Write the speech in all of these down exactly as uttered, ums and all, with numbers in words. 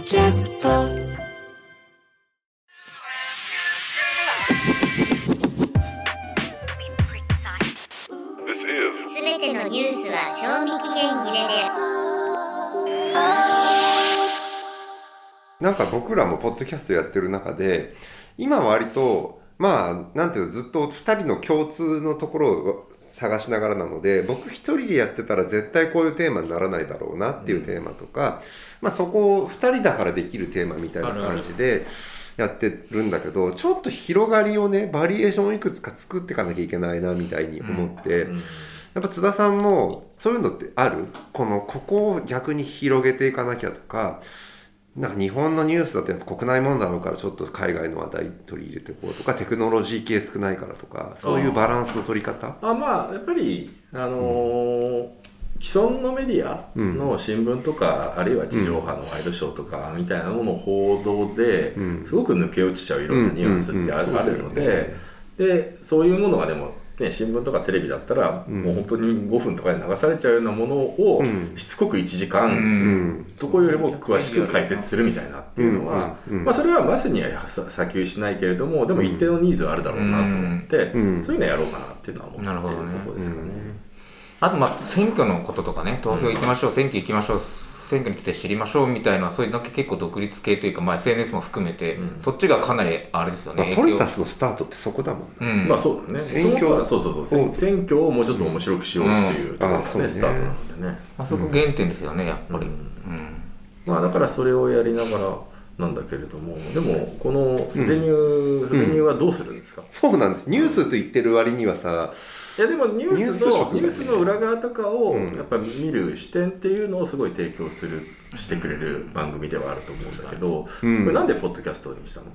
キャストすべてのニュースは賞味期限切れで。なんか僕らもポッドキャストやってる中で、今割とまあなんていうの、ずっとふたりの共通のところを探しながらなので、僕一人でやってたら絶対こういうテーマにならないだろうなっていうテーマとか、うん、まあそこをふたりだからできるテーマみたいな感じでやってるんだけど、ちょっと広がりをね、バリエーションをいくつか作っていかなきゃいけないなみたいに思って、うんうん、やっぱ津田さんもそういうのってある？このここを逆に広げていかなきゃとか、なんか日本のニュースだとやっぱ国内問題あるからちょっと海外の話題取り入れていこうとか、テクノロジー系少ないからとか、そういうバランスの取り方？ ああ、まあやっぱりあのーうん、既存のメディアの新聞とか、うん、あるいは地上波のワイドショーとかみたいなものの報道ですごく抜け落ちちゃういろんなニュアンスってあるので、でそういうものがでもね、新聞とかテレビだったら、うん、もう本当にごふんとかで流されちゃうようなものを、うん、しつこくいちじかん、うん、どこよりも詳しく解説するみたいなっていうのは、うんうんうん、まあ、それはマスには先行しないけれども、でも一定のニーズはあるだろうなと思って、うん、そういうのやろうかなっていうのは思っているところですかね。うん、 あとまあ選挙のこととかね、投票行きましょう、うん、選挙行きましょう、選挙に来て知りましょうみたいな、そういうの結構独立系というか、まあ、エスエヌエス も含めて、うん、そっちがかなりあれですよね。 まあ、ポリタスのスタートってそこだもんね。 うん、まあそうだね。選挙はそうそうそう選、選挙をもうちょっと面白くしようっていうところがね、スタートなのでね。 あそこ原点ですよね、やっぱり。うんうん、 まあだからそれをやりながらなんだけれども、でもこのスデニュー、スデニューはどうするんですか？ そうなんです。ニュースと言ってる割にはさ。 いやでもニュースのニュースの裏側とかをやっぱ見る視点っていうのをすごい提供するしてくれる番組ではあると思うんだけど、うん、これなんでポッドキャストにしたの？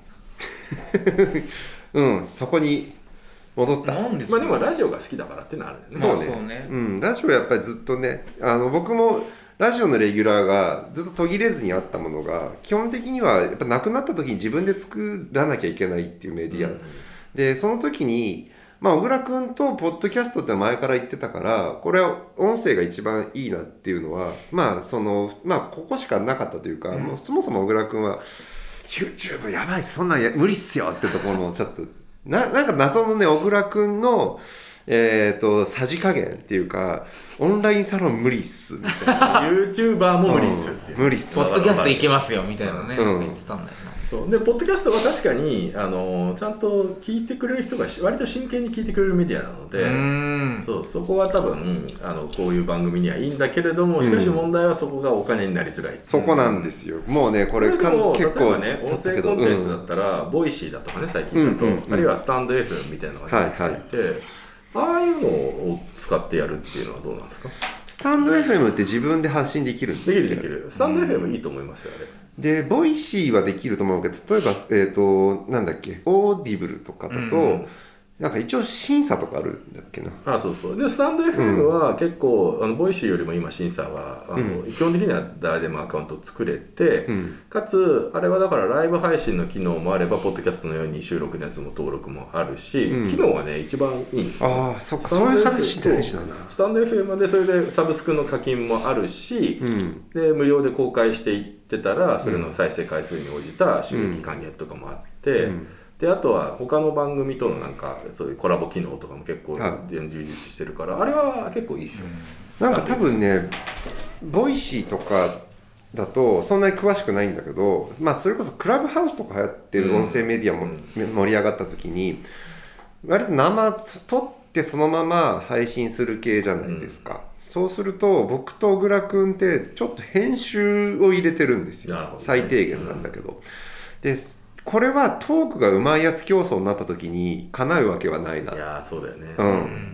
うん、そこに戻った。 なんでまあでもラジオが好きだからっていうのはあるんだよね。 そうね。そうね。うん、ラジオやっぱりずっとね、あの僕もラジオのレギュラーがずっと途切れずにあったものが、基本的にはやっぱなくなった時に自分で作らなきゃいけないっていうメディア、うん、でその時にまあ、小倉くんとポッドキャストって前から言ってたから、これは音声が一番いいなっていうのは、まあ、その、まあ、ここしかなかったというか、うん、もうそもそも小倉くんは、YouTube やばいっす、そんなんや無理っすよってところもちょっと、な, なんか謎のね、小倉くんの、えっ、ー、と、さじ加減っていうか、オンラインサロン無理っす、みたいな。 YouTuber も無理っすって、 うん。無理っす。 ポッドキャストいけますよ、みたいなね、うん、言ってたんだよな。 そうでポッドキャストは確かにあのちゃんと聞いてくれる人が割と真剣に聞いてくれるメディアなので、うんそうそこは多分あのこういう番組にはいいんだけれども、しかし問題はそこがお金になりづらい、うん、 そこなんですよ。もうねこれか結構ね音声コンテンツだったら、うん、ボイシーだとかね最近だと、うんうんうん、あるいはスタンド エフエム みたいなのが出ていて、はいはい、ああいうのを使ってやるっていうのはどうなんですか？ スタンド エフエム って自分で発信できるんですか？ できるできる。スタンド エフエム いいと思いますよ、あれ。 で、ボイシーはできると思うけど、例えば、えっと、なんだっけ、オーディブルとかだと、うん、なんか一応審査とかあるんだっけな。 あ、そうそう。で、スタンド エフエム は結構、うん、あのボイシーよりも今審査は、あの、うん、基本的には誰でもアカウント作れて、うん、かつ、あれはだからライブ配信の機能もあれば、ポッドキャストのように収録のやつも登録もあるし、うん、機能はね、一番いいんですよ、ね。 ああ、そっか、そういう話大事だな。 スタンド エフエム でそれでサブスクの課金もあるし、うん、で、無料で公開していって、たらそれの再生回数に応じた収益還元とかもあって、うん、であとは他の番組とのなんかそういうコラボ機能とかも結構充実してるから、あれは結構いいですよ、 うん、なんか多分ねボイシーとかだとそんなに詳しくないんだけど、まあ、それこそクラブハウスとか流行ってる音声メディアも盛り上がった時に割と生撮ってそのまま配信する系じゃないですか、うん、そうすると僕と小倉くんってちょっと編集を入れてるんですよ、ね、最低限なんだけど、うん、でこれはトークがうまいやつ競争になった時に叶うわけはないな。 いやそうだよね、 うん、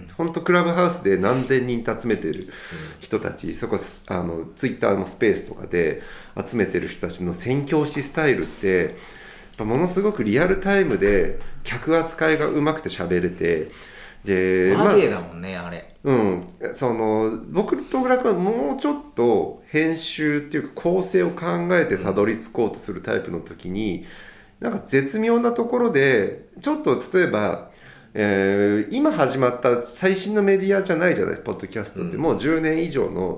ほんとクラブハウスで何千人と集めてる人たち、うん、そこあのツイッターのスペースとかで集めてる人たちの宣教師スタイルってものすごくリアルタイムで客扱いがうまくて喋れて、 でマゲーだもんね、まあ、あれ。 うん、その僕と小倉君はもうちょっと編集っていうか構成を考えてたどり着こうとするタイプの時に、なんか絶妙なところでちょっと例えば、えー、今始まった最新のメディアじゃないじゃない、ポッドキャストって、うん、もうじゅうねん以上の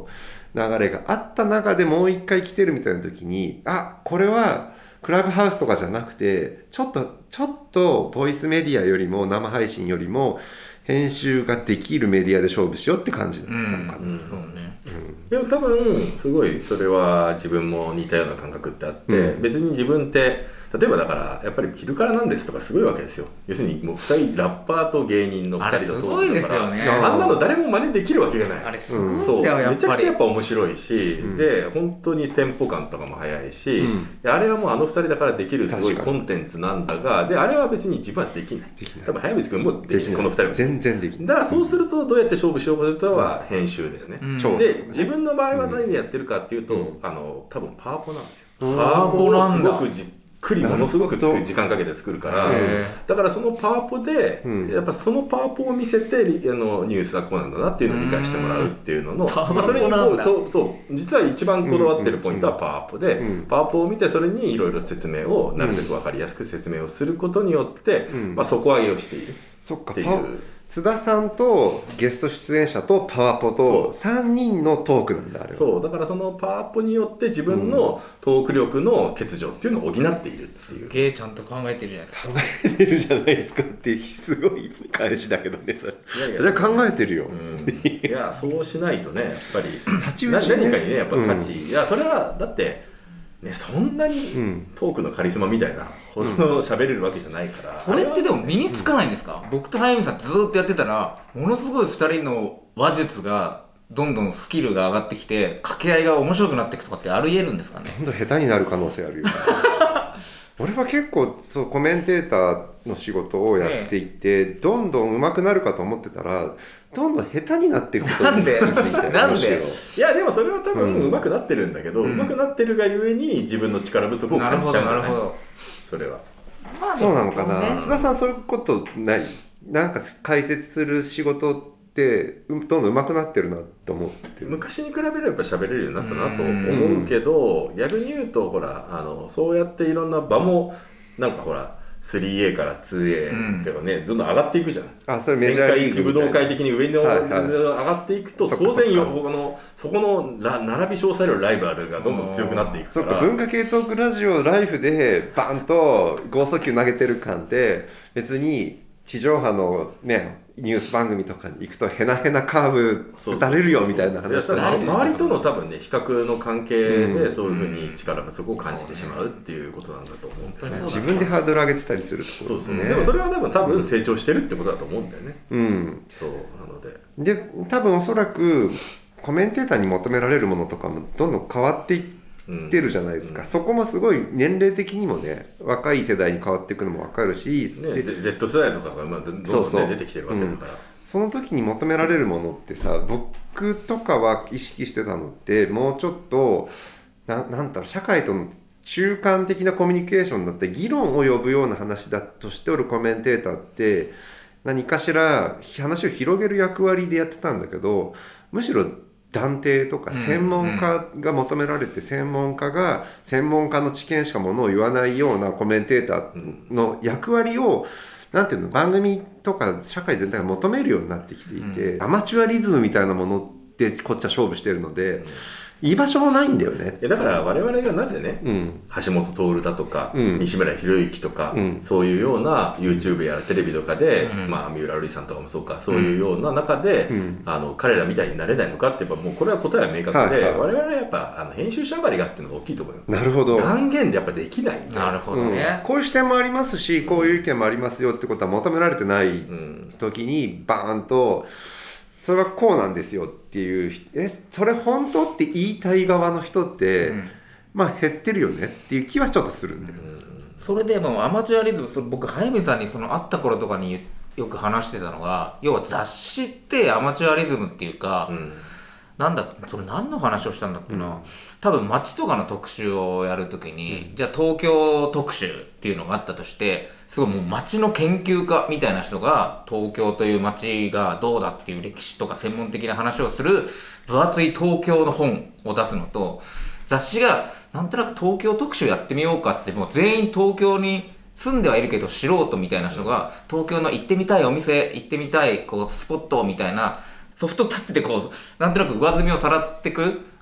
流れがあった中でもう一回来てるみたいな時に、あ、これはクラブハウスとかじゃなくてちょっとちょっとボイスメディアよりも生配信よりも編集ができるメディアで勝負しようって感じだったのかな。 うんうんそうねうん、でも多分すごいそれは自分も似たような感覚ってあって、うん、別に自分って例えばだからやっぱり昼からなんですとかすごいわけですよ。要するにもうふたりラッパーと芸人のふたりのトークだから、 ね、 あんなの誰も真似できるわけがない。 あれすごいんだよ、 そうめちゃくちゃやっぱ面白いし、うん、で本当にテンポ感とかも速いし、うん、あれはもうあのふたりだからできるすごいコンテンツなんだが、であれは別に自分はできない。できない。多分早水君もできない。このふたりも全然できない。 だからそうするとどうやって勝負しようかというとは編集だよね。うん、で自分の場合は何でやってるかっていうと、うん、あの多分パワポなんですよ。パワポをすごくじクリものすごく時間かけて作るから、だからそのパワポで、うん、やっぱそのパワポを見せてあのニュースはこうなんだなっていうのを理解してもらうっていうのの、まあ、それにこうとそう実は一番こだわってるポイントはパワポで、うんうん、パワポを見てそれにいろいろ説明をなるべく分かりやすく説明をすることによって、うんまあ、底上げをしているっていう。 津田さんとゲスト出演者とパワポとさんにんのトークなんだあれは。 そうだからそのパワポによって自分のトーク力の欠如っていうのを補っているっていう。 すげえちゃんと考えてるじゃないですか。 考えてるじゃないですかってすごい返しだけどねそれ。いやいやそれは考えてるよ。うん、 いやそうしないとねやっぱり立ち打ち、ね、 何かにねやっぱ価値、うん、いやそれはだってね、そんなにトークのカリスマみたいなほど喋れるわけじゃないから、うん、 それってでも身につかないんですか、うん、僕と早見さんずーっとやってたらものすごいふたりの話術がどんどんスキルが上がってきて掛け合いが面白くなっていくとかってありえるんですかね。 どんどん下手になる可能性あるよ俺は結構そうコメンテーターの仕事をやっていて、ね、どんどん上手くなるかと思ってたらどんどん下手になっていくことに気づいてなんでいやでもそれは多分上手くなってるんだけど、うん、上手くなってるがゆえに自分の力不足を感じちゃうんじゃない。なるほどなるほどそれはそうなのかな、ね、津田さんそういうことないなんか解説する仕事ってどんどん上手くなってるなと思ってる。 昔に比べればやっぱ喋れるようになったなと思うけど逆に言うとほらあのそうやっていろんな場もなんかほら スリーエー から ツーエー っていうかね、うん、どんどん上がっていくじゃん。 あそれメジャーリーグみたいな武道会的に上に上がっていくと、はいはい、当然よこのそこの並び称されるライバルがどんどん強くなっていくから。 そっか文化系トークラジオライフでバンと剛速球投げてる感って別に地上波のねニュース番組とかに行くとヘナヘナカーブ打たれるよみたいな話だね。周りとの多分ね比較の関係でそういうふうに力不足を感じてしまうっていうことなんだと思うんだよね。 自分でハードル上げてたりするってことですね。 そうそうでもそれは多分多分成長してるってことだと思うんだよね。うんそうなのでで多分おそらくコメンテーターに求められるものとかもどんどん変わっていってってるじゃないですか、うん、そこもすごい年齢的にもね若い世代に変わっていくのも分かるし、ね、 Z 世代とかがどんどん、ね、そうそう出てきてるわけだから、うん、 その時に求められるものってさ僕とかは意識してたのってもうちょっと な, なんだろう社会との中間的なコミュニケーションだって議論を呼ぶような話だとしておるコメンテーターって何かしら話を広げる役割でやってたんだけどむしろ断定とか専門家が求められて専門家が専門家の知見しかものを言わないようなコメンテーターの役割をなんていうの番組とか社会全体が求めるようになってきていてアマチュアリズムみたいなものでこっちは勝負してるので居場所もないんだよね。 だから我々がなぜね、うん、橋本徹だとか、うん、西村博之とか、うん、そういうような YouTube やテレビとかで、うん、まあ三浦瑠麗さんとかもそうかそういうような中で、うん、あの彼らみたいになれないのかってやっぱもうこれは答えは明確で、はいはい、我々はやっぱあの編集者上がりがっていうのが大きいと思うよ。 なるほど。 断言でやっぱできないんだ。 なるほどね、 うん、こういう視点もありますしこういう意見もありますよってことは求められてない時にバーンとそれはこうなんですよっていうえそれ本当って言いたい側の人って、うん、まあ減ってるよねっていう気はちょっとするんだよ、うん、 それでもうアマチュアリズムそれ僕早見さんにその会った頃とかによく話してたのが要は雑誌ってアマチュアリズムっていうか、うん、なんだそれ何の話をしたんだっけな、うん、多分街とかの特集をやるときに、うん、じゃあ東京特集っていうのがあったとしてすごいもう街の研究家みたいな人が東京という街がどうだっていう歴史とか専門的な話をする分厚い東京の本を出すのと雑誌がなんとなく東京特集やってみようかってもう全員東京に住んではいるけど素人みたいな人が東京の行ってみたいお店行ってみたいこうスポットみたいなソフトタッチでこうなんとなく上積みをさらっていく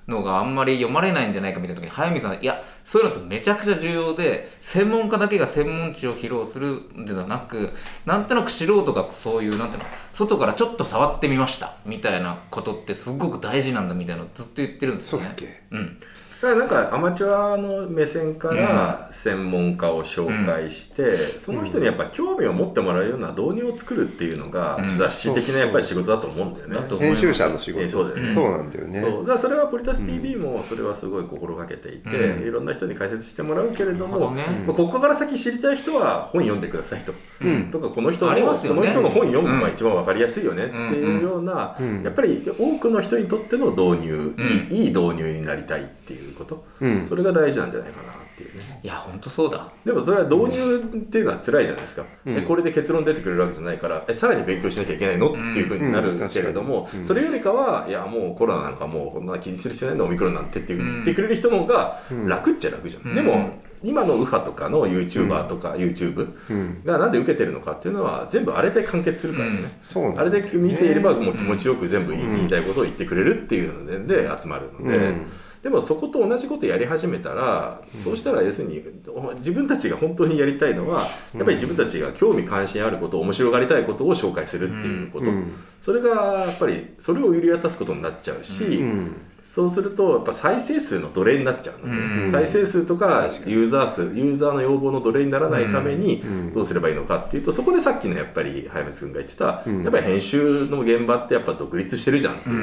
のがあんまり読まれないんじゃないかみたいな時に早見さん、いやそういうのってめちゃくちゃ重要で、専門家だけが専門知を披露するんではなく、なんとなく素人がそういうなんていうの外からちょっと触ってみましたみたいなことってすごく大事なんだみたいなのをずっと言ってるんですよね。 そうだっけ？ うん。 だからなんかアマチュアの目線から専門家を紹介して、うん、その人にやっぱ興味を持ってもらうような導入を作るっていうのが雑誌的なやっぱり仕事だと思うんだよね、 うん、編集者の仕事、 えー、そうだよね、 そうなんだよね。 そうだからそれはポリタス ティービー もそれはすごい心がけていて、うん、いろんな人に解説してもらうけれども、ね、まあ、ここから先知りたい人は本読んでくださいと、うん、とかこの人の、ね、この人の本読むのが一番分かりやすいよねっていうような、うん、やっぱり多くの人にとっての導入、うん、いい、いい導入になりたいっていうこと、うん、それが大事なんじゃないかなっていうね。 いや本当そうだ。 でもそれは導入っていうのは辛いじゃないですか、うん、これで結論出てくれるわけじゃないから、えさらに勉強しなきゃいけないのっていうふうになるけれども、うんうん、それよりかはいやもうコロナなんかもうこんな気にする必要ないんだオミクロンなんてっていうふうに言ってくれる人の方が楽っちゃ楽じゃん、うん、でも今のウハとかの YouTuber とか YouTube がなんで受けてるのかっていうのは全部あれで完結するからね、うん、あれで見ていればもう気持ちよく全部言いたいことを言ってくれるっていうので集まるので、うん、でもそこと同じことやり始めたら、うん、そうしたら要するに自分たちが本当にやりたいのはやっぱり自分たちが興味関心あること面白がりたいことを紹介するっていうこと、うん、それがやっぱりそれを売り渡すことになっちゃうし、うん、そうするとやっぱ再生数の奴隷になっちゃうので、うん、再生数とかユーザー数ユーザーの要望の奴隷にならないためにどうすればいいのかっていうと、そこでさっきのやっぱり早水君が言ってた、うん、やっぱり編集の現場ってやっぱ独立してるじゃんっていう、うん、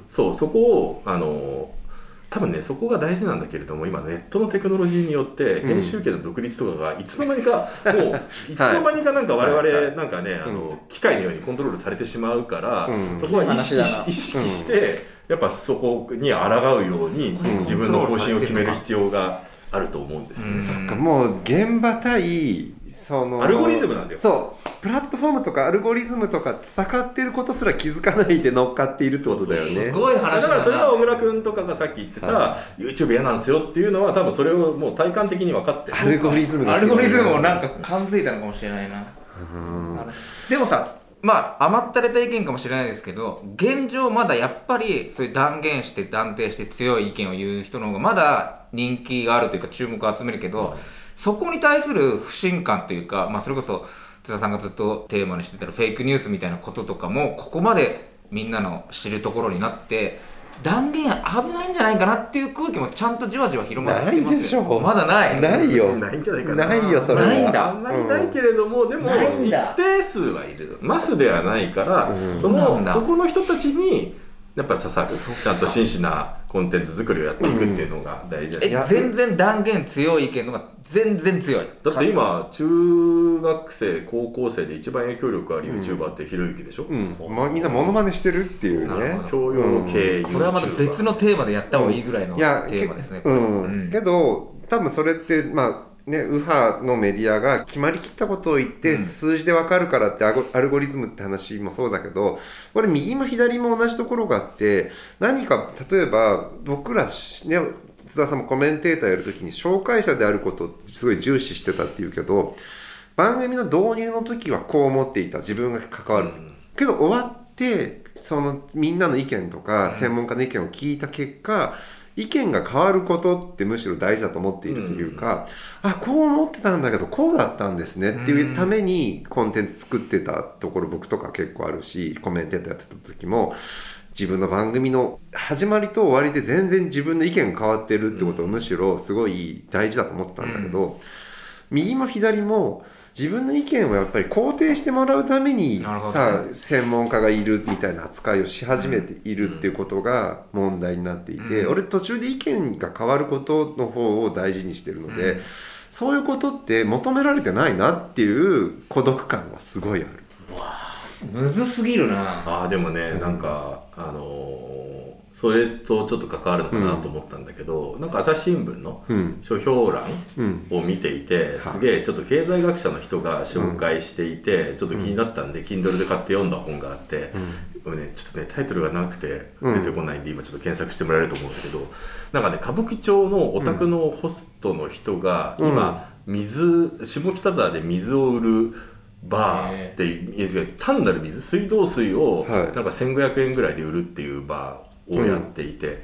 そうそこをあの多分ねそこが大事なんだけれども、今ネットのテクノロジーによって編集権の独立とかがいつの間にかもういつの間にかなんか我々なんかねあの機械のようにコントロールされてしまうから、そこは意識し、意識してやっぱそこに抗うように自分の方針を決める必要があると思うんですよね、うん、 そっか、もう現場対そのアルゴリズムなんだよ。 そうプラットフォームとかアルゴリズムとか戦ってることすら気づかないで乗っかっているってことだよね。 すごい話だな。 だからそれは小倉君とかがさっき言ってた、はい、YouTube 嫌なんですよっていうのは多分それをもう体感的に分かってる。 アルゴリズムがアルゴリズムをなんか感づいたのかもしれないな。うん、でもさ、まあ甘ったれた意見かもしれないですけど、現状まだやっぱりそういう断言して断定して強い意見を言う人の方がまだ人気があるというか注目を集めるけど、そこに対する不信感というか、まあ、それこそ津田さんがずっとテーマにしてたフェイクニュースみたいなこととかもここまでみんなの知るところになって断言危ないんじゃないかなっていう空気もちゃんとじわじわ広まってますよ。 ないでしょ。 まだないないよ。 ないんじゃないかな。 ないよそれは。 ないんだ。 あんまりないけれども、うん、でも一定数はいる。マスではないから、うん、そのそこの人たちにやっぱ刺さる、ちゃんと真摯なコンテンツ作りをやっていくっていうのが大事だ、 うん、え全然断言強い意見のが全然強い。 だって今中学生高校生で一番影響力ある YouTuber ってひろゆきでしょ、 うんうん、まあ、みんなモノマネしてるっていうね、 教養系 YouTuber、 これはまた別のテーマでやった方がいいぐらいのテーマですね。 うん、うん、けど多分それってまあね、右派のメディアが決まりきったことを言って数字で分かるからってアルゴリズムって話もそうだけど、これ右も左も同じところがあって、何か例えば僕ら、ね、津田さんもコメンテーターやるときに紹介者であることをすごい重視してたっていうけど、番組の導入の時はこう思っていた、自分が関わる、うん、けど終わってそのみんなの意見とか専門家の意見を聞いた結果、意見が変わることってむしろ大事だと思っているというか、うん、あこう思ってたんだけどこうだったんですねっていうためにコンテンツ作ってたところ僕とか結構あるし、コメンテーターやってた時も自分の番組の始まりと終わりで全然自分の意見が変わってるってことをむしろすごい大事だと思ってたんだけど、うん、右も左も自分の意見をやっぱり肯定してもらうためにさ専門家がいるみたいな扱いをし始めているっていうことが問題になっていて、うん、俺途中で意見が変わることの方を大事にしてるので、うん、そういうことって求められてないなっていう孤独感はすごいある。 うわむずすぎるなあ。でもね、うん、なんかあのーそれとちょっと関わるのかなと思ったんだけど、うん、なんか朝日新聞の書評欄を見ていて、うん、すげえちょっと経済学者の人が紹介していて、うん、ちょっと気になったんで Kindle で買って読んだ本があって、うん、ね、ちょっとねタイトルが長くて出てこないんで、今ちょっと検索してもらえると思うんですけど、なんかね歌舞伎町のお宅のホストの人が今水下北沢で水を売るバーっていう単なる水水道水をなんかせんごひゃくえんぐらいで売るっていうバーをやっていて、うん、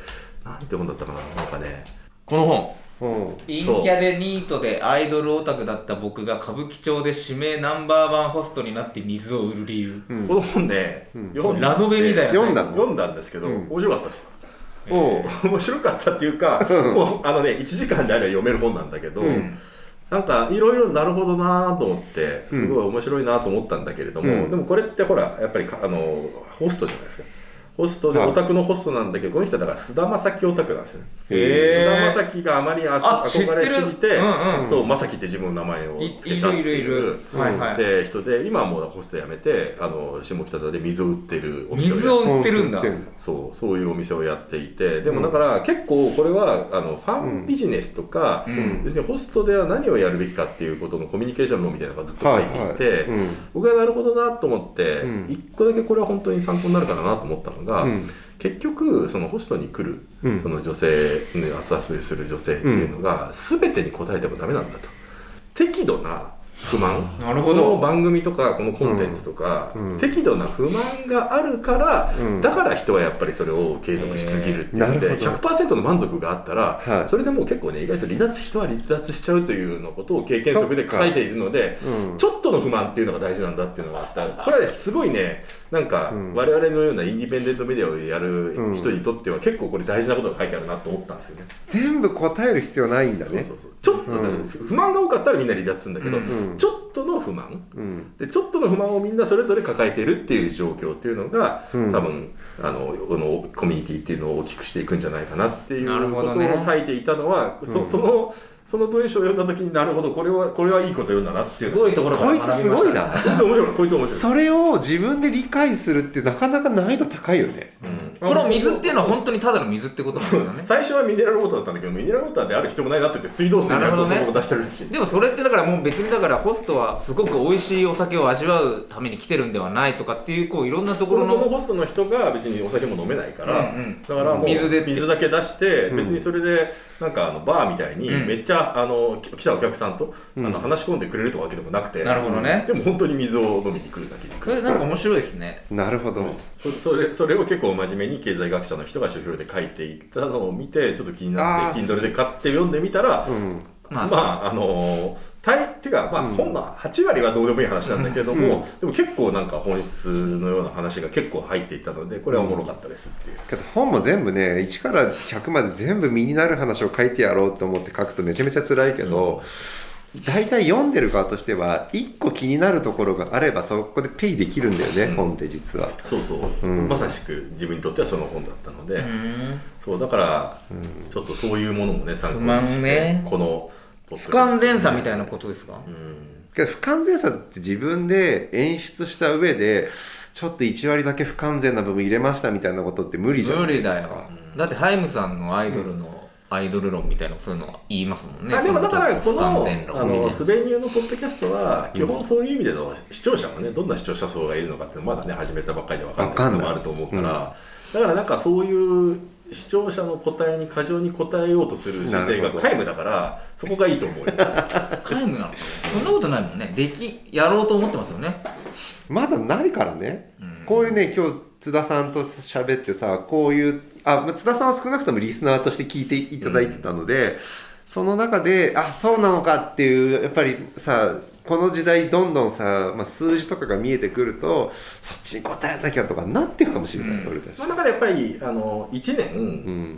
なんて本だったかな、なんかねこの本、 うん、 陰キャでニートでアイドルオタクだった僕が歌舞伎町で指名ナンバーワンホストになって水を売る理由、 うん、 この本ね、 うん、 読んでラノベみたいな、 読んだの読んだんですけど、うん、面白かったです。 お面白かったっていうかもうあのねいちじかんであれば読める本なんだけど、うん、なんかいろいろなるほどなと思ってすごい面白いなと思ったんだけれども、うん、でもこれってほらやっぱりあのホストじゃないですか。ホストでオタクのホストなんだけど、この人はだから菅田将暉オタクなんですよね。菅田将暉があまりあ憧れすぎて、うんうん、そう将暉って自分の名前をつけたっていうで人で、今はもうホスト辞めてあの下北沢で水を売ってるお店を水を売ってるんだ。 そうそういうお店をやっていて、でもだから結構これはあのファンビジネスとか、うん、別にホストでは何をやるべきかっていうことのコミュニケーション論みたいなのがずっと書いていて、はいはい、うん、僕はなるほどなと思って、うん、いっこだけこれは本当に参考になるかなと思ったのが、うん、結局そのホストに来る、うん、その女性にアス遊びする女性っていうのが、うん、全てに応えてもダメなんだと。適度な不満、 なるほど、 この番組とかこのコンテンツとか、うん、適度な不満があるから、うん、だから人はやっぱりそれを継続しすぎるっていうので、ひゃくパーセント の満足があったら、はい、それでもう結構ね意外と離脱人は離脱しちゃうというのことを経験則で書いているので、うん、ちょっとの不満っていうのが大事なんだっていうのがあった。これはねすごいねなんか、うん、我々のようなインディペンデントメディアをやる人にとっては結構これ大事なことが書いてあるなと思ったんですよね。 全部答える必要ないんだね。 そうそうそう、ちょっと、うん、不満が多かったらみんな離脱するんだけど、うん、ちょっとの不満、うん、でちょっとの不満をみんなそれぞれ抱えているっていう状況っていうのが、うん、多分あのこのコミュニティっていうのを大きくしていくんじゃないかなっていうことを書いていたのは、ね、そ, そのその文章を読んだ時になるほどこれはこれはいいこと読んだなっていうすごいところから学びましたね。 こいつすごいな。 こいつ面白いこいつ面白い。 それを自分で理解するってなかなか難易度高いよね。 うん、この水っていうのは本当にただの水ってことなんですよね。 最初はミネラルウォーターだったんだけどミネラルウォーターである必要もないなって言って水道水のやつをそのまま出してるらしい、ね、 でもそれってだからもう別にだからホストはすごく美味しいお酒を味わうために来てるんではないとかっていうこういろんなところのこのホストの人が別にお酒も飲めないから、うんうん、だからもう水で水だけ出して、うん、別にそれでなんかあのバーみたいにめっちゃ、うん、あの来たお客さんと、うん、あの話し込んでくれるとかわけでもなくて、 なるほどね、 でも本当に水を飲みに来るだけでこれなんか面白いですね。 なるほど、 うん、そ, れそれを結構真面目に経済学者の人が書評で書いていったのを見てちょっと気になって Kindle で買って読んでみたら、うん、まあ、まあ、あの大っていうか、まあ、本のはち割はどうでもいい話なんだけども、うん、でも結構なんか本質のような話が結構入っていたのでこれはおもろかったですっていう、 けど本も全部ねいちからひゃくまで全部身になる話を書いてやろうと思って書くとめちゃめちゃ辛いけど、うん、大体読んでる側としてはいっこ気になるところがあればそこでペイできるんだよね、うん、本って実はそうそう、うん、まさしく自分にとってはその本だったので、うん、そうだから、うん、ちょっとそういうものもね参考にして、ね、この不完全さみたいなことですか、うん、 けど不完全さって自分で演出した上でちょっといち割だけ不完全な部分入れましたみたいなことって無理じゃないですか。 無理だよ、うん、だってハイムさんのアイドルの、うん、アイドル論みたいなそういうのは言いますもんね。 あでもだからこのあのスベニューのポッドキャストは基本そういう意味での視聴者もねどんな視聴者層がいるのかってまだね始めたばっかりで分かんないこともあると思うから、うん、だからなんかそういう視聴者の答えに過剰に答えようとする姿勢が皆無だからそこがいいと思うよ。 皆無なのかそんなことないもんね。できやろうと思ってますよね。 まだないからね、うん、こういうね今日津田さんと喋ってさこういうあ津田さんは少なくともリスナーとして聞いていただいてたので、うん、その中であそうなのかっていうやっぱりさこの時代どんどんさ、まあ、数字とかが見えてくるとそっちに答えなきゃとかなってるかもしれない、うん、俺たち。 まあ、だからやっぱりあのいちねん、うん、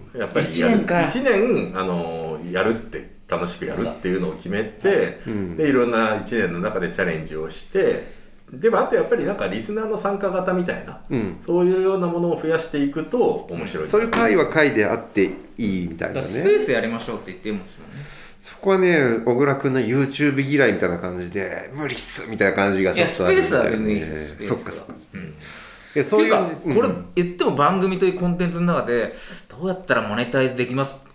やっぱりやるいちねんかいちねんあのやるって楽しくやるっていうのを決めて、うん、でいろんないちねんの中でチャレンジをしてでもあとやっぱりなんかリスナーの参加型みたいな、うん、そういうようなものを増やしていくと面白い、 そういう会は会であっていいみたいなね。 スペースやりましょうって言ってますよね。 そこはね小倉君の YouTube 嫌いみたいな感じで無理っすみたいな感じがちょっとあるんだよね。 スペースは全然いいです。 そっかそっか、うん、いやそういうか、うん、これ言っても番組というコンテンツの中でどうやったらモネタイズできます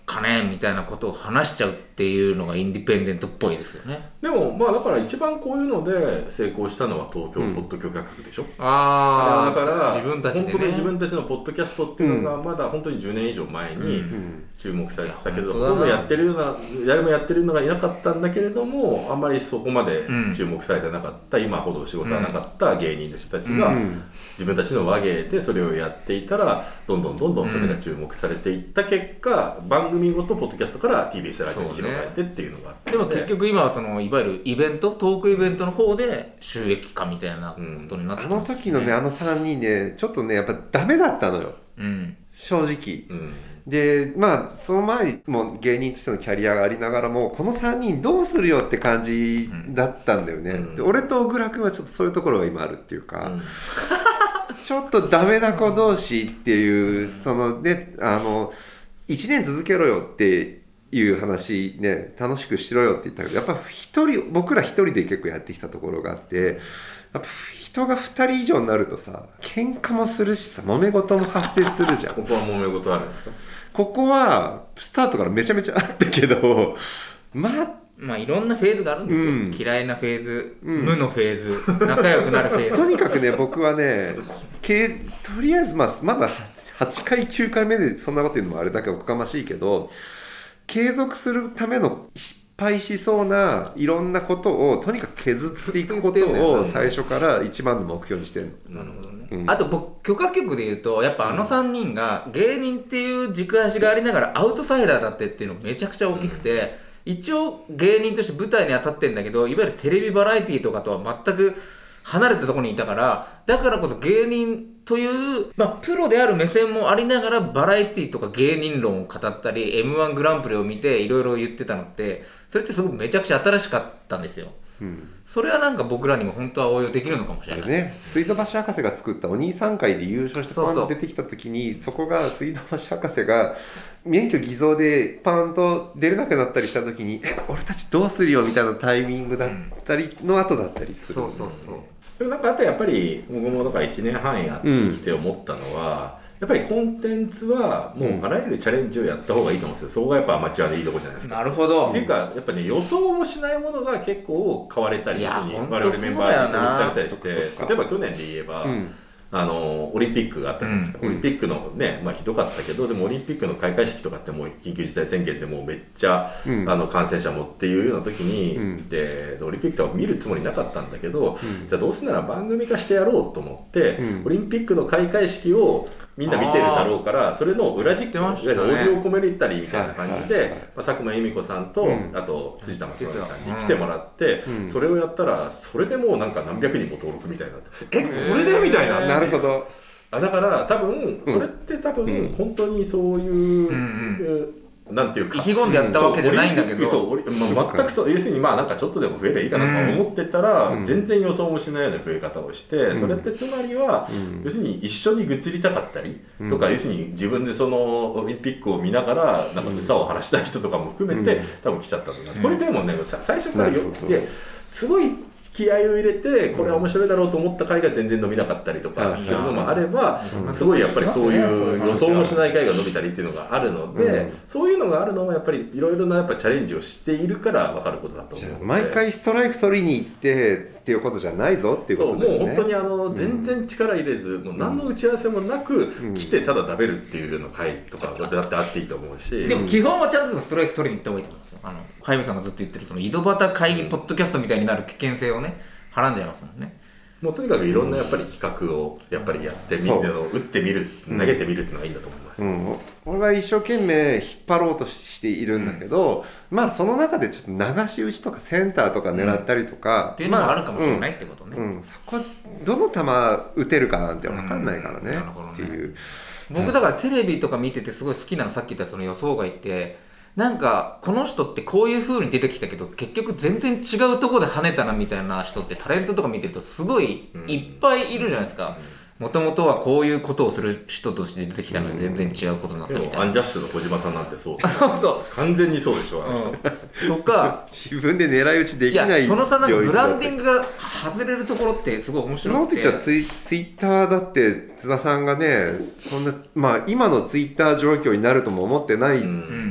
かねみたいなことを話しちゃうっていうのがインディペンデントっぽいですよね。 でもまあだから一番こういうので成功したのは東京ポッド許可局でしょ、うん、 ああだから自分たちでね本当に自分たちのポッドキャストっていうのがまだ本当にじゅうねん以上前に注目されてたけど、ほとんどやってるような誰もやってるのがいなかったんだけれども、あんまりそこまで注目されてなかった、うん、今ほど仕事はなかった芸人の人たちが自分たちの話芸でそれをやっていたらどんどんどんどんそれが注目されていった結果、番組ごとポッドキャストから ティービーエス ラジオに広がってっていうのがあって、 でも結局今はそのいわゆるイベントトークイベントの方で収益化みたいなことになってます、ね、 あの時のねあのさんにんねちょっとねやっぱダメだったのよ、 うん、 正直、 うん、 でまあその前にも芸人としてのキャリアがありながらもこのさんにんどうするよって感じだったんだよね、うん、で俺と小倉君はちょっとそういうところが今あるっていうか、うん、ちょっとダメな子同士っていうそのねあのいちねん続けろよっていう話ね楽しくしろよって言ったけどやっぱ一人僕ら一人で結構やってきたところがあってやっぱ人がふたり以上になるとさ喧嘩もするしさ揉め事も発生するじゃんここは揉め事あるんですか？ ここはスタートからめちゃめちゃあったけどまあまあいろんなフェーズがあるんですよ、うん、嫌いなフェーズ、うん、無のフェーズ仲良くなるフェーズとにかくね僕はねとりあえず、まあ、まだはちかいきゅうかいめでそんなこと言うのもあれだけおこがましいけど継続するための失敗しそうないろんなことをとにかく削っていくことを最初から一番の目標にしてるの。 なるほどね、うん、あと僕許可局で言うとやっぱあのさんにんが芸人っていう軸足がありながらアウトサイダーだってっていうのめちゃくちゃ大きくて、一応芸人として舞台に当たってんだけどいわゆるテレビバラエティとかとは全く離れたところにいたからだからこそ芸人という、まあ、プロである目線もありながらバラエティとか芸人論を語ったり エムワン グランプリを見ていろいろ言ってたのってそれってすごくめちゃくちゃ新しかったんですよ、うん、それはなんか僕らにも本当は応用できるのかもしれないね。水道橋博士が作ったお兄さん会で優勝してパンと出てきた時に そ, そ, そこが水道橋博士が免許偽造でパンと出れなくなったりした時にえ俺たちどうするよみたいなタイミングだったりの後だったりする、 うん、そうそうそう。 でもなんかあとやっぱり僕もだからいちねんはんやってきて思ったのは、うん、やっぱりコンテンツはもうあらゆるチャレンジをやった方がいいと思うんですよ。そこがやっぱアマチュアでいいとこじゃないですか。 なるほど。 っていうかやっぱね予想もしないものが結構買われたりするに我々メンバーに登録されたりして、例えば去年で言えば、うんあのオリンピックがあったじゃないですか、うん、オリンピックのね、まあ、ひどかったけどでもオリンピックの開会式とかってもう緊急事態宣言でもうめっちゃ、うん、あの感染者もっていうような時に、うん、でオリンピックとか見るつもりなかったんだけど、うん、じゃあどうせなら番組化してやろうと思って、うん、オリンピックの開会式をみんな見てるだろうからそれの裏実況、ね、オーディオコメディタリーみたいな感じで、はいはいはいまあ、佐久間由美子さんと、うん、あと辻田正則さんに来てもらって、うん、それをやったらそれでもうなんか何百人も登録みたいになってえこれでみたいななるほどあだから多分それって多分、うん、本当にそういう、うんうん、なんていうか意気込んでやったわけじゃないんだけどそう、まあ、全くそう要するにまあなんかちょっとでも増えればいいかなと思ってたら、うん、全然予想もしないような増え方をして、うん、それってつまりは、うん、要するに一緒にぐつりたかったり、うん、とか要するに自分でそのオリンピックを見ながらなんか草を晴らしたい人とかも含めて、うん、多分来ちゃったんだな、うん、これでもね最初からよってすごい気合を入れてこれは面白いだろうと思った回が全然伸びなかったりとかするのもあればすごいやっぱりそういう予想もしない回が伸びたりっていうのがあるのでそういうのがあるのもやっぱりいろいろなやっぱチャレンジをしているから分かることだと思うので毎回ストライク取りに行ってっていうことじゃないぞっていうことだよね。 そうもう本当にあの全然力入れずもう何の打ち合わせもなく来てただ食べるっていうような回とかだってあっていいと思うしでも基本はちゃんとストライク取りに行った方がいいと思うんですよ。あのハイムさんがずっと言ってるその井戸端会議ポッドキャストみたいになる危険性をねはらんじゃいますもんね。 もうとにかくいろんなやっぱり企画をやっぱりやってみるの打ってみる投げてみるっていうのがいいんだと思います、 うんうん、俺は一生懸命引っ張ろうとしているんだけど、うん、まあその中でちょっと流し打ちとかセンターとか狙ったりとか、うん、 っていうのもあるかもしれないってことね、 うんうん、そこどの球打てるかなんて分かんないからね、うん、っていう、ね、 僕だからテレビとか見ててすごい好きなのさっき言ったその予想外ってなんかこの人ってこういう風に出てきたけど結局全然違うところで跳ねたなみたいな人ってタレントとか見てるとすごいいっぱいいるじゃないですか。もともとはこういうことをする人として出てきたのに全然違うことになったみたいな。 アンジャッシュの小島さんなんてそうそうそう完全にそうでしょ、 うん、とか自分で狙い撃ちできない。 いやその差なんかブランディングが外れるところってすごい面白くて。 その時はツイ、ツイッターだって津田さんがねそんなまあ今のツイッター状況になるとも思ってない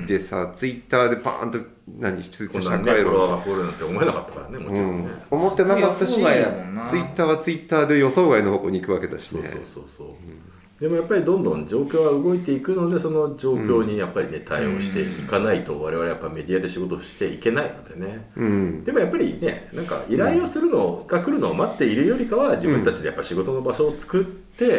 ってさ、うん、ツイッターでパーンと何ツイッター社会論フォロワーが増えるなんて思えなかったからね、もちろんね、 うん、思ってなかったし、ツイッターはツイッターで予想外の方向に行くわけだしね。 そうそうそうそう、うん、でもやっぱりどんどん状況は動いていくので、その状況にやっぱりね対応していかないと我々はやっぱメディアで仕事をしていけないのでね、うん、でもやっぱりね、なんか依頼をするのが来るのを待っているよりかは自分たちでやっぱ仕事の場所を作って、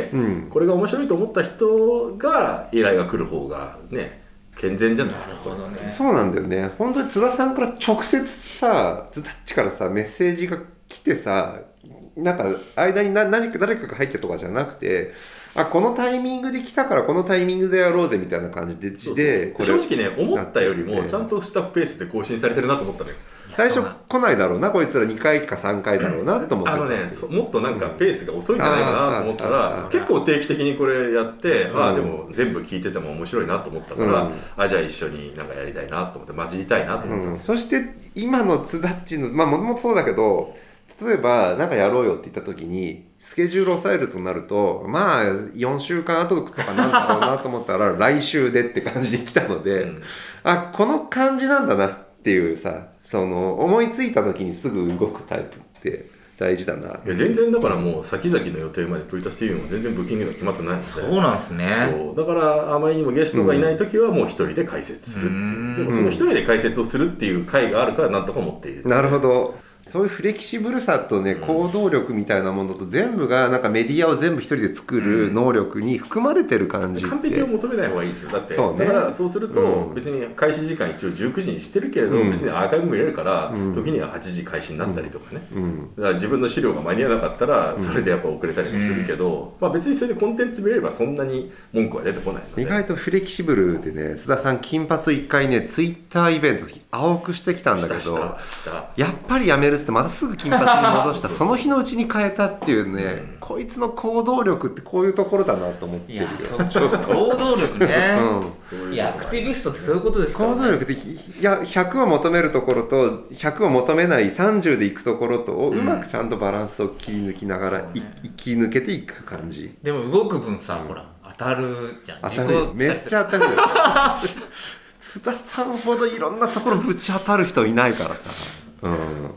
うん、これが面白いと思った人が依頼が来る方がね健全じゃないですか。 ね、そうなんだよね。本当に津田さんから直接さ、津田っちからさメッセージが来てさ、なんか間に何何か誰かが入ってとかじゃなくて、あ、このタイミングで来たからこのタイミングでやろうぜみたいな感じで、そうそうでこれ正直ね思ったよりもちゃんとしたペースで更新されてるなと思ったのよ。 最初来ないだろうなこいつらにかいかさんかいだろうなと思って、 あのねもっとなんかペースが遅いんじゃないかなと思ったら、結構定期的にこれやって、ああでも全部聞いてても面白いなと思ったから、うん、あじゃあ一緒になんかやりたいなと思って混じりたいなと思った、うん、 そして今の津田っちのまあもともとそうだけど、例えばなんかやろうよって言った時にスケジュールを抑えるとなると、まあよんしゅうかん後とかなんだろうなと思ったら来週でって感じで来たので、うん、あこの感じなんだなっていうさ、その思いついた時にすぐ動くタイプって大事だな。 いや全然だからもう先々の予定までプリタス ティーブイ も全然ブッキングが決まってないので、 そうなんですね。 そうだからあまりにもゲストがいない時はもう一人で解説するっていう、うん、でもその一人で解説をするっていう回があるからなんとか持っている。 なるほど。そういうフレキシブルさとね、行動力みたいなものと全部がなんかメディアを全部一人で作る能力に含まれてる感じって、 完璧を求めない方がいいですよ。だってそう、ね、 だからそうすると別に開始時間一応じゅうくじにしてるけれど、うん、別にアーカイブも入れるから、うん、時にははちじ開始になったりとかね、うん、だから自分の資料が間に合わなかったらそれでやっぱ遅れたりもするけど、うんまあ、別にそれでコンテンツ見れればそんなに文句は出てこないので。 意外とフレキシブルでね、須田さん金髪一回ねツイッターイベント青くしてきたんだけど、やっぱりやめるっつってまたすぐ金髪に戻したその日のうちに変えたっていうね、うん、こいつの行動力ってこういうところだなと思ってるよ。いやちょっと行動力ね、うん、いやアクティビストってそういうことですからね。 行動力っていやひゃくを求めるところとひゃくを求めないさんじゅうでいくところとをうまくちゃんとバランスを切り抜きながら、うんね、生き抜けていく感じ。 でも動く分さ、うん、ほら当たるじゃん。 当たるめっちゃ当たるよ津田さんほどいろんなところぶち当たる人いないからさ。うん、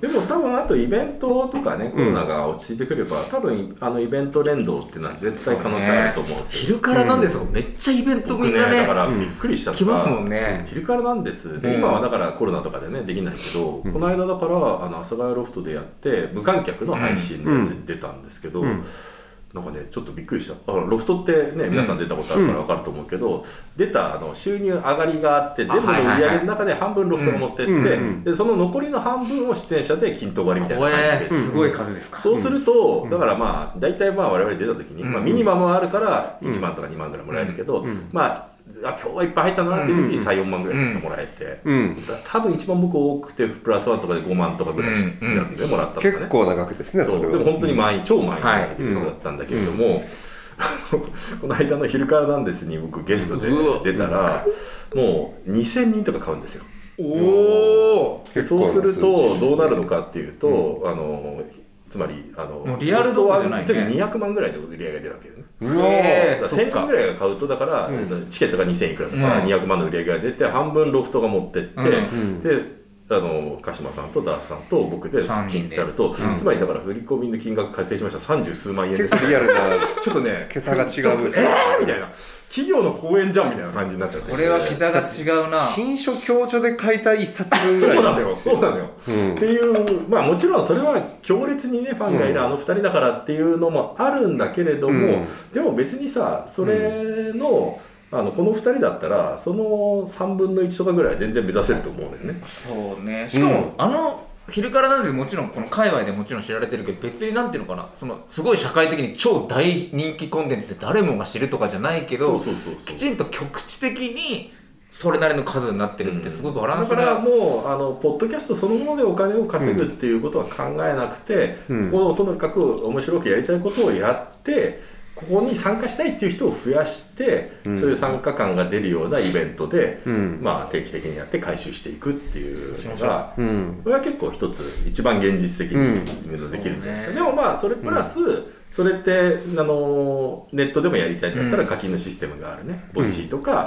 でも多分あとイベントとかね、コロナが落ち着いてくれば、うん、多分あのイベント連動っていうのは絶対可能性あると思うんですよ。 昼からなんですよ、うん、めっちゃイベントみんなね、 ねだからびっくりしたとか、 来ますもんね。 昼からなんです、で今はだからコロナとかでねできないけど、うん、この間だからあの阿佐ヶ谷ロフトでやって無観客の配信のやつに出たんですけど、うんうんなんかねちょっとびっくりした。ロフトってね皆さん出たことあるから分かると思うけど、うん、出たあの収入上がりがあって全部の売り上げの中で半分ロフトが持ってって、うん、でその残りの半分を出演者で均等割りみたいな感じで、 すごい数ですか。 そうすると、うん、だからまあ大体まあ我々出た時に、うんまあ、ミニマムあるからいちまんとかにまんぐらいもらえるけど、うんうん、まああ今日はいっぱい入ったなっていう時にさん、よんまんぐらいしかもらえて、うん、多分一番僕多くてプラスワンとかでごまんとかぐらいなんでもらったとかね、 結構な額ですね。それはでも本当に満員超満員な額だったんだけれども、はいうんこの間の昼からなんですに僕ゲストで出たらもうにせんにんとか買うんですよ。おーそうするとどうなるのかっていうと、うん、あのつまりあのリアルドーじゃないね、 にひゃくまんぐらいで売り上げが出るわけよね。 うわせんまんぐらいが買うとだから、うん、チケットがにせんいくらとか、うん、にひゃくまんの売り上げが出て半分ロフトが持ってって、うん、であの鹿島さんとダースさんと僕で金ってやると、うん、つまりだから振り込みの金額確定しましたさんじゅうすうまん円です。 結構リアルなちょっとね桁が違うえーみたいな企業の講演じゃんみたいな感じになっちゃって、 これは桁が違うな。 新書教著で書いたいっさつぶんぐらいそうなのよそうなのよ、うん、っていうまあもちろんそれは強烈にねファンがいるあのふたりだからっていうのもあるんだけれども、うん、でも別にさそれの、うんあのこのふたりだったらそのさんぶんのいちとかぐらいは全然目指せると思うんだよね。 そうね。しかも、うん、あの昼からなんでもちろんこの界隈でもちろん知られてるけど、別になんていうのかな、そのすごい社会的に超大人気コンテンツで誰もが知るとかじゃないけど、きちんと局地的にそれなりの数になってるってすごいバランスが、 うん、だからもうあのポッドキャストそのものでお金を稼ぐっていうことは考えなくて、うん、ここをとにかく面白くやりたいことをやってここに参加したいっていう人を増やして、うん、そういう参加感が出るようなイベントで、うんまあ、定期的にやって回収していくっていうのが、うん、これは結構一つ一番現実的にできるんじゃないですか、うん、でもまあそれプラス、うん、それってあのネットでもやりたいんだったら課金のシステムがあるね、ボイシーとか、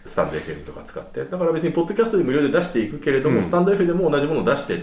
スタンド エフエム とか使って、だから別にポッドキャストで無料で出していくけれども、 うん、 スタンド エフエム でも同じものを出していって、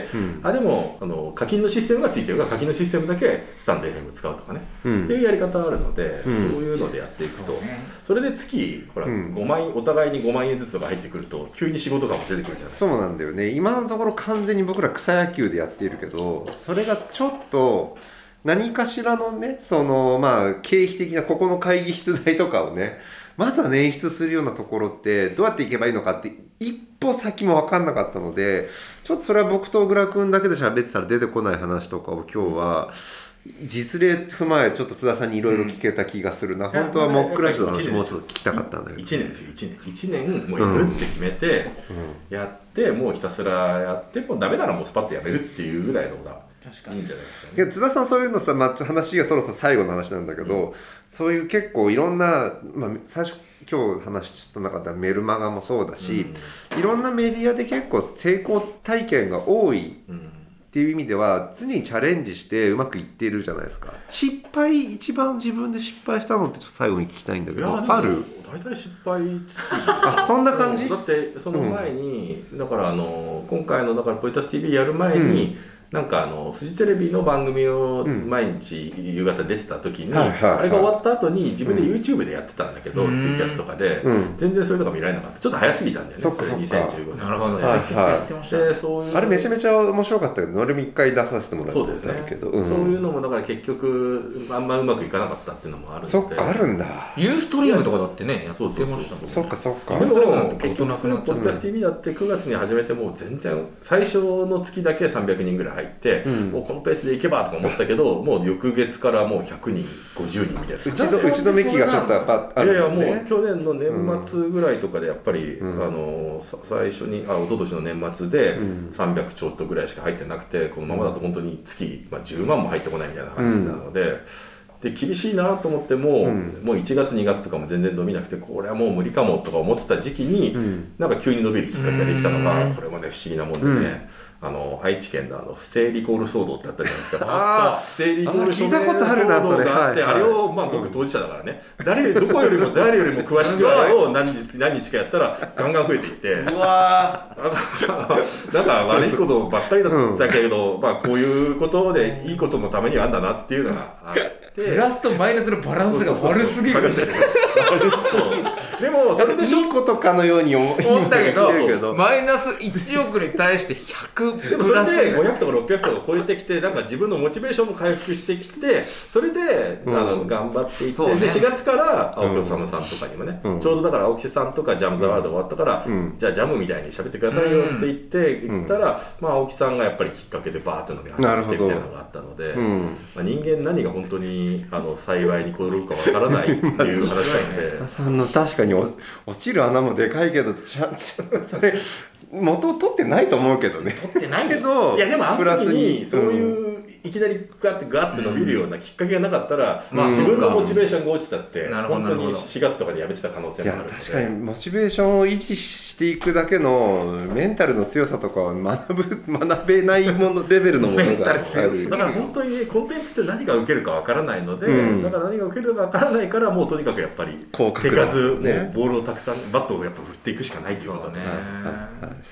うん、あでもあの課金のシステムがついてるから課金のシステムだけスタンド エフエム 使うとかね、うん、っていうやり方あるので、うん、そういうのでやっていくと、それで月ほら、うん、ごまんえんお互いにごまんえんずつとか入ってくると急に仕事がも出てくるじゃないですか。 そうなんだよね。今のところ完全に僕ら草野球でやっているけど、それがちょっと何かしらのね、そのまあ経費的なここの会議室代とかをね、まずは捻出するようなところってどうやっていけばいいのかって一歩先も分かんなかったので、ちょっとそれは僕と小倉君だけで喋ってたら出てこない話とかを今日は実例踏まえちょっと津田さんにいろいろ聞けた気がするな、うん、本当はモックラッシュの話もうちょっと聞きたかったんだけど、 いちねんですよ。いちねんいちねんもうやるって決めて、うん、やってもうひたすらやってもうダメならもうスパッとやめるっていうぐらいの方がいいんじゃないですかね。いや津田さんそういうのさ、まあ、話がそろそろ最後の話なんだけど、うん、そういう結構いろんな、まあ、最初今日話した中ではメルマガもそうだし、うん、いろんなメディアで結構成功体験が多い、うんっていう意味では常にチャレンジしてうまくいっているじゃないですか。失敗一番自分で失敗したのってちょっと最後に聞きたいんだけど、ある？ 大体失敗あそんな感じ？ だってその前に、うん、だからあの今回のだからポイタス ティービー やる前に、うんなんかあのフジテレビの番組を毎日夕方出てた時に、うんはいはいはい、あれが終わった後に自分で YouTube でやってたんだけど、うん、ツイキャスとかで、うん、全然そういうのが見られなかった。ちょっと早すぎたんだよね。 そっかそっかにせんじゅうごねんなるほどね、 はいはい、 そういうあれめちゃめちゃ面白かったけど、俺も一回出させてもらったことあるけど、 そうですね、うん、そういうのもだから結局あんまうまくいかなかったっていうのもあるので。 そっかあるんだ。 ユーストリームとかだってねやってましたもんね。 そっかそっか。 でも結局ポッドキャスト ティービー だってくがつに始めてもう全然最初の月だけさんびゃくにんぐらい入って、うんこのペースでいけばとか思ったけど、もう翌月からもうひゃくにんごじゅうにんみたいな。うちのうちのメキがちょっとやっぱある、ね、いやいやもう去年の年末ぐらいとかでやっぱり、うん、あの最初にあ一昨年の年末でさんびゃくちょっとぐらいしか入ってなくて、このままだと本当に月、まあ、じゅうまんも入ってこないみたいな感じなので。うんで厳しいなと思っても、うん、もういちがつにがつとかも全然伸びなくて、これはもう無理かもとか思ってた時期に、うん、なんか急に伸びるきっかけができたのが、これもね不思議なもんでね、うん、あの愛知県のあの不正リコール騒動ってあったじゃないですか。あ不正リコール聞いたことあるなそれ。 があって、あれをまあ僕当事者だからね、誰どこよりも誰よりも詳しくあれを何日何日かやったらガンガン増えていって、うわなんか悪いことばっかりだったけど、うん、まあこういうことでいいことのためにはあんだなっていうのがあって。 プラスとマイナスのバランスが悪すぎる。 でもそれでいいことかのように思ったけど、マイナスいちおくに対してひゃくでもそれでごひゃくとかろっぴゃくとか超えてきて、なんか自分のモチベーションも回復してきて、それで、うん、あの頑張っていって、ね、でしがつから青木治さんとかにもね、うん、ちょうどだから青木さんとかジャム・ザ・ワールド終わったから、うん、じゃあジャムみたいに喋ってくださいよって言って言ったら、うん、まあ青木さんがやっぱりきっかけでバーって伸び始めてみたいなのがあったので、まあ、人間何が本当にあの幸いに転ぶかわからないっていう話なので津田さんの確かに落ちる穴もでかいけどちゃちゃそれ元を取ってないと思うけどね。 取ってないけどいやでもあの時にそういう、うんいきなりガーってガーって伸びるようなきっかけがなかったら、うんまあ、自分のモチベーションが落ちたって、うん、本当にしがつとかでやめてた可能性もあるので。いや確かにモチベーションを維持していくだけのメンタルの強さとかは学ぶ学べないものレベルのものがある。 だから本当にコンテンツって何が受けるかわからないので、うん、だから何が受けるかわからないからもうとにかくやっぱり手数、ね、もうボールをたくさんバットをやっぱ振っていくしかないということだと思います、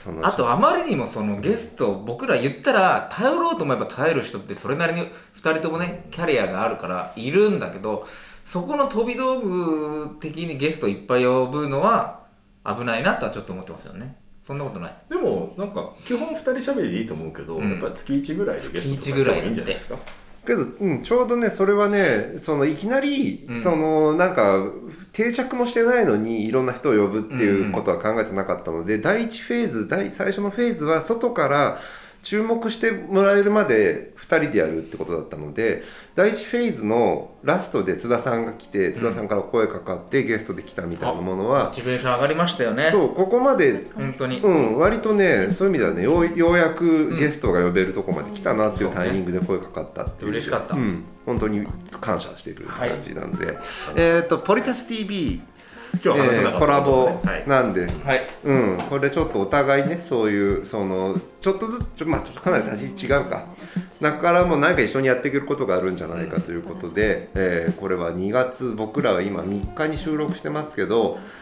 ね、あとあまりにもそのゲスト僕ら言ったら頼ろうと思えば頼る人ってそれなりにふたりともねキャリアがあるからいるんだけど、そこの飛び道具的にゲストいっぱい呼ぶのは危ないなとはちょっと思ってますよね。そんなことない。 でもなんか基本ふたりしゃべりでいいと思うけど、うん、やっぱ月いちぐらいでゲストとかやった方がいいんじゃないですか。 けど、うん、ちょうどねそれはねそのいきなり、うん、そのなんか定着もしてないのにいろんな人を呼ぶっていうことは考えてなかったので、うん、だいいちフェーズ第最初のフェーズは外から注目してもらえるまでふたりでやるってことだったので、だいいちフェーズのラストで津田さんが来て、津田さんから声かかってゲストで来たみたいなものは、 モチベーション上がりましたよね。 そうここまで本当に、 うん、割とねそういう意味ではねよう、ようやくゲストが呼べるとこまで来たなっていうタイミングで声かかったっていう、 うん、嬉しかった、 うん、本当に感謝している感じなんで、はい、えっとポリタス ティービー今日話せなかった、ねえー、コラボなんで、はいうん、これちょっとお互いねそういうそのちょっとずつちょ、まあ、ちょっとかなり立ち位置違うかだからも何か一緒にやっていけることがあるんじゃないかということで、えー、これはにがつ僕らは今みっかに収録してますけど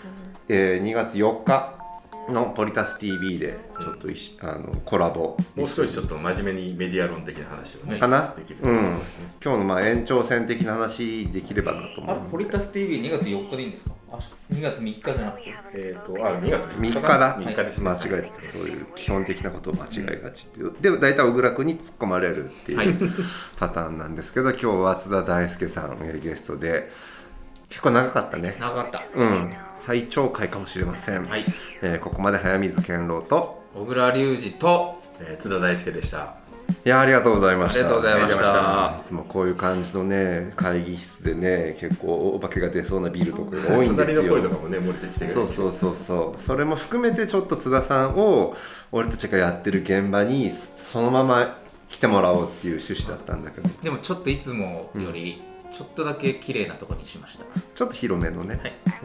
えー、にがつよっかのポリタス ティーブイ でちょっといし、うん、あのコラボもう少しちょっと真面目にメディア論的な話をねかなできる、 うん、今日のまあ延長線的な話できればなと思う。 あポリタス ティーブイにがつよっかでいいんですか？あにがつみっかじゃなくてえっ、ー、とあにがつみっかみっかだみっかです、ね、 間違えてた。そういう基本的なことを間違いがちっていう、でも大体小倉君に突っ込まれるっていう、はい、パターンなんですけど、今日は津田大介さんがゲストで結構長かったね。 長かった。 うん。最長回かもしれません。はい。えー、ここまで早水健郎と小倉隆二と、 えー、津田大介でした。 いやありがとうございました。 ありがとうございました。 いつもこういう感じのね会議室でね結構お化けが出そうなビルとかが多いんですよ。 隣の声とかもね漏れてきてくれる。 そうそうそうそう。それも含めてちょっと津田さんを俺たちがやってる現場にそのまま来てもらおうっていう趣旨だったんだけど。 でもちょっといつもより、うんちょっとだけ綺麗なところにしました。 ちょっと広めのね。はい。うん。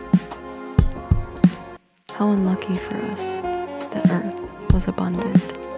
How unlucky for us that Earth was abundant.